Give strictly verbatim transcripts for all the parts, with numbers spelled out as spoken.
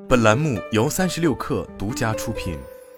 本栏目由三十六氪独家出品。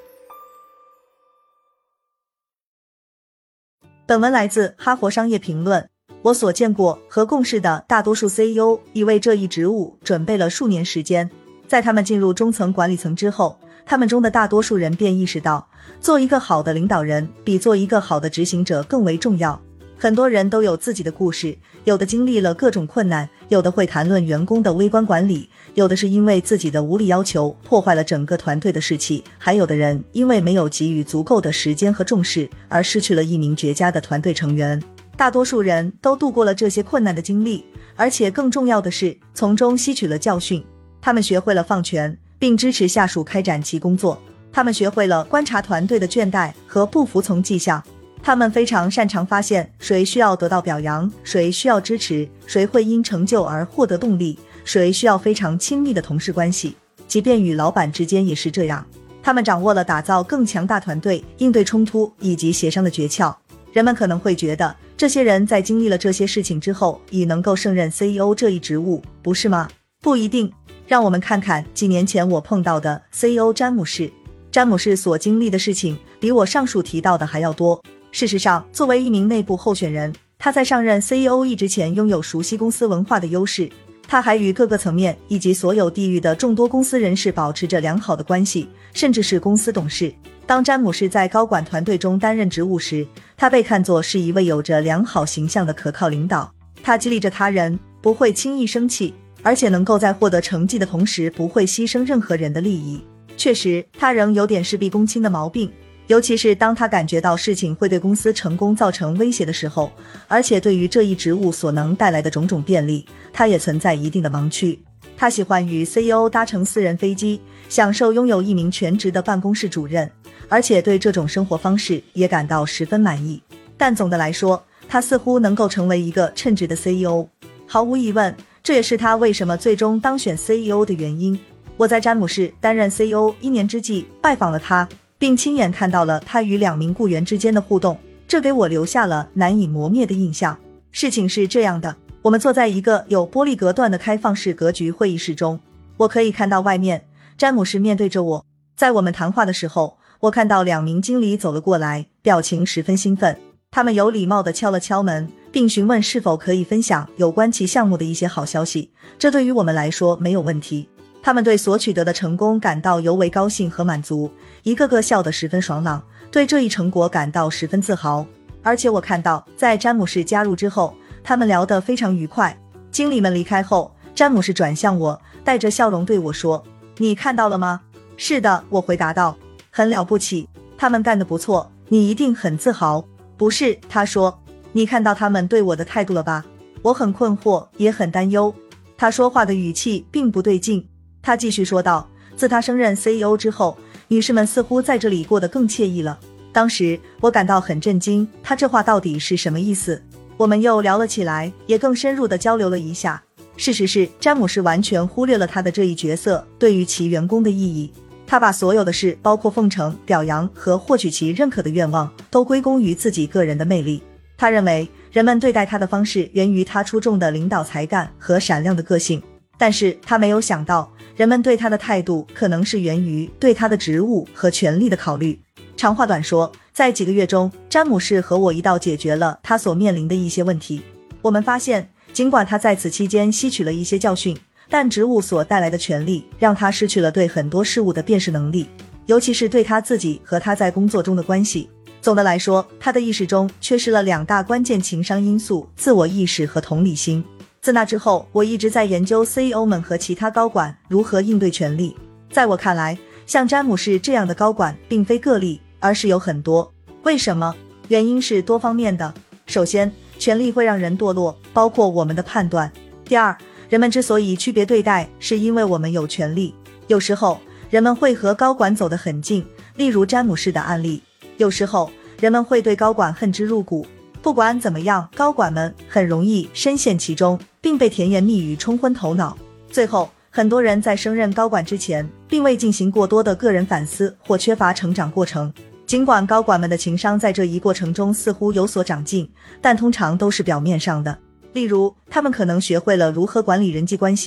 本文来自哈佛商业评论。我所见过和共事的大多数 C E O 已为这一职务准备了数年时间，在他们进入中层管理层之后，他们中的大多数人便意识到，做一个好的领导人比做一个好的执行者更为重要。很多人都有自己的故事，有的经历了各种困难，有的会谈论员工的微观管理，有的是因为自己的无理要求破坏了整个团队的士气，还有的人因为没有给予足够的时间和重视而失去了一名绝佳的团队成员。大多数人都度过了这些困难的经历，而且更重要的是从中吸取了教训。他们学会了放权，并支持下属开展其工作。他们学会了观察团队的倦怠和不服从迹象。他们非常擅长发现谁需要得到表扬，谁需要支持，谁会因成就而获得动力，谁需要非常亲密的同事关系，即便与老板之间也是这样。他们掌握了打造更强大团队、应对冲突以及协商的诀窍。人们可能会觉得，这些人在经历了这些事情之后，已能够胜任 C E O 这一职务，不是吗？不一定。让我们看看几年前我碰到的 C E O 詹姆士。詹姆士所经历的事情比我上述提到的还要多。事实上，作为一名内部候选人，他在上任 C E O 一职前拥有熟悉公司文化的优势。他还与各个层面以及所有地域的众多公司人士保持着良好的关系，甚至是公司董事。当詹姆士在高管团队中担任职务时，他被看作是一位有着良好形象的可靠领导。他激励着他人，不会轻易生气，而且能够在获得成绩的同时不会牺牲任何人的利益。确实，他仍有点事必躬亲的毛病，尤其是当他感觉到事情会对公司成功造成威胁的时候，而且对于这一职务所能带来的种种便利，他也存在一定的盲区。他喜欢与 C E O 搭乘私人飞机，享受拥有一名全职的办公室主任，而且对这种生活方式也感到十分满意。但总的来说，他似乎能够成为一个称职的 C E O。毫无疑问，这也是他为什么最终当选 C E O 的原因。我在詹姆士担任 C E O 一年之际拜访了他，并亲眼看到了他与两名雇员之间的互动，这给我留下了难以磨灭的印象。事情是这样的，我们坐在一个有玻璃隔断的开放式格局会议室中，我可以看到外面，詹姆士面对着我。在我们谈话的时候，我看到两名经理走了过来，表情十分兴奋。他们有礼貌地敲了敲门，并询问是否可以分享有关其项目的一些好消息，这对于我们来说没有问题。他们对所取得的成功感到尤为高兴和满足，一个个笑得十分爽朗，对这一成果感到十分自豪。而且我看到，在詹姆士加入之后，他们聊得非常愉快。经理们离开后，詹姆士转向我，带着笑容对我说：“你看到了吗？”“是的。”我回答道，“很了不起，他们干得不错，你一定很自豪。”“不是。”他说，“你看到他们对我的态度了吧？”我很困惑，也很担忧。他说话的语气并不对劲。他继续说道，自他升任 C E O 之后，女士们似乎在这里过得更惬意了。当时我感到很震惊，他这话到底是什么意思？我们又聊了起来，也更深入地交流了一下。事实是，詹姆士完全忽略了他的这一角色对于其员工的意义。他把所有的事，包括奉承、表扬和获取其认可的愿望，都归功于自己个人的魅力。他认为人们对待他的方式源于他出众的领导才干和闪亮的个性，但是他没有想到，人们对他的态度可能是源于对他的职务和权力的考虑。长话短说，在几个月中，詹姆士和我一道解决了他所面临的一些问题。我们发现，尽管他在此期间吸取了一些教训，但职务所带来的权力让他失去了对很多事物的辨识能力，尤其是对他自己和他在工作中的关系。总的来说，他的意识中缺失了两大关键情商因素：自我意识和同理心。自那之后，我一直在研究 C E O 们和其他高管如何应对权力。在我看来，像詹姆士这样的高管并非个例，而是有很多。为什么？原因是多方面的。首先，权力会让人堕落，包括我们的判断。第二，人们之所以区别对待，是因为我们有权力。有时候，人们会和高管走得很近，例如詹姆士的案例。有时候，人们会对高管恨之入骨。不管怎么样，高管们很容易深陷其中，并被甜言蜜语冲昏头脑。最后，很多人在升任高管之前，并未进行过多的个人反思或缺乏成长过程。尽管高管们的情商在这一过程中似乎有所长进，但通常都是表面上的。例如，他们可能学会了如何管理人际关系，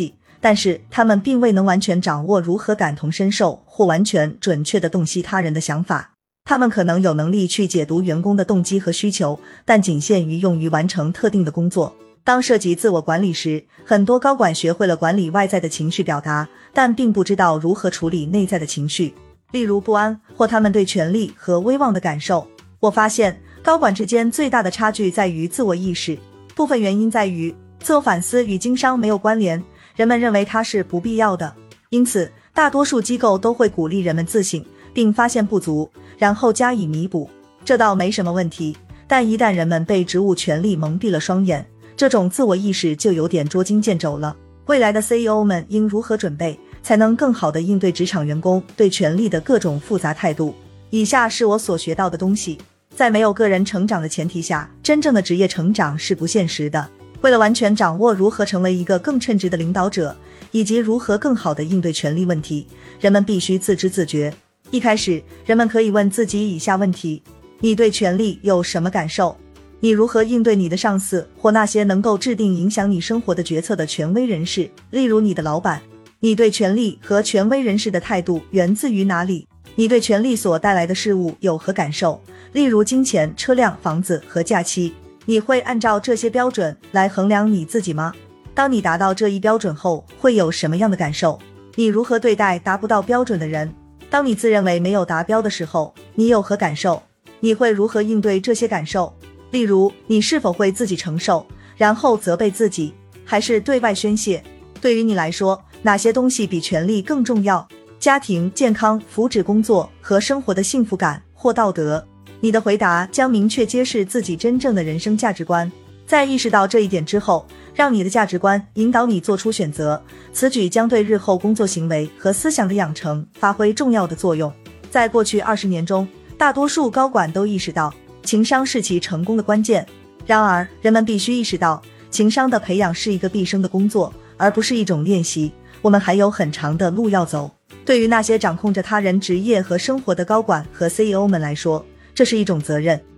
但是他们并未能完全掌握如何感同身受或完全准确地洞悉他人的想法。他们可能有能力去解读员工的动机和需求，但仅限于用于完成特定的工作。当涉及自我管理时，很多高管学会了管理外在的情绪表达，但并不知道如何处理内在的情绪，例如不安或他们对权力和威望的感受。我发现高管之间最大的差距在于自我意识，部分原因在于自我反思与经商没有关联，人们认为它是不必要的，因此大多数机构都会鼓励人们自省，并发现不足，然后加以弥补。这倒没什么问题，但一旦人们被职务权力蒙蔽了双眼，这种自我意识就有点捉襟见肘了。未来的 C E O 们应如何准备，才能更好地应对职场员工对权力的各种复杂态度？以下是我所学到的东西。在没有个人成长的前提下，真正的职业成长是不现实的。为了完全掌握如何成为一个更称职的领导者，以及如何更好地应对权力问题，人们必须自知自觉。一开始，人们可以问自己以下问题：你对权力有什么感受？你如何应对你的上司或那些能够制定影响你生活的决策的权威人士，例如你的老板？你对权力和权威人士的态度源自于哪里？你对权力所带来的事物有何感受，例如金钱、车辆、房子和假期？你会按照这些标准来衡量你自己吗？当你达到这一标准后，会有什么样的感受？你如何对待达不到标准的人？当你自认为没有达标的时候，你有何感受？你会如何应对这些感受？例如，你是否会自己承受，然后责备自己，还是对外宣泄？对于你来说，哪些东西比权力更重要？家庭、健康、福祉、工作和生活的幸福感或道德？你的回答将明确揭示自己真正的人生价值观。在意识到这一点之后，让你的价值观引导你做出选择，此举将对日后工作行为和思想的养成发挥重要的作用。在过去二十年中，大多数高管都意识到情商是其成功的关键。然而，人们必须意识到，情商的培养是一个毕生的工作，而不是一种练习。我们还有很长的路要走。对于那些掌控着他人职业和生活的高管和 C E O 们来说，这是一种责任。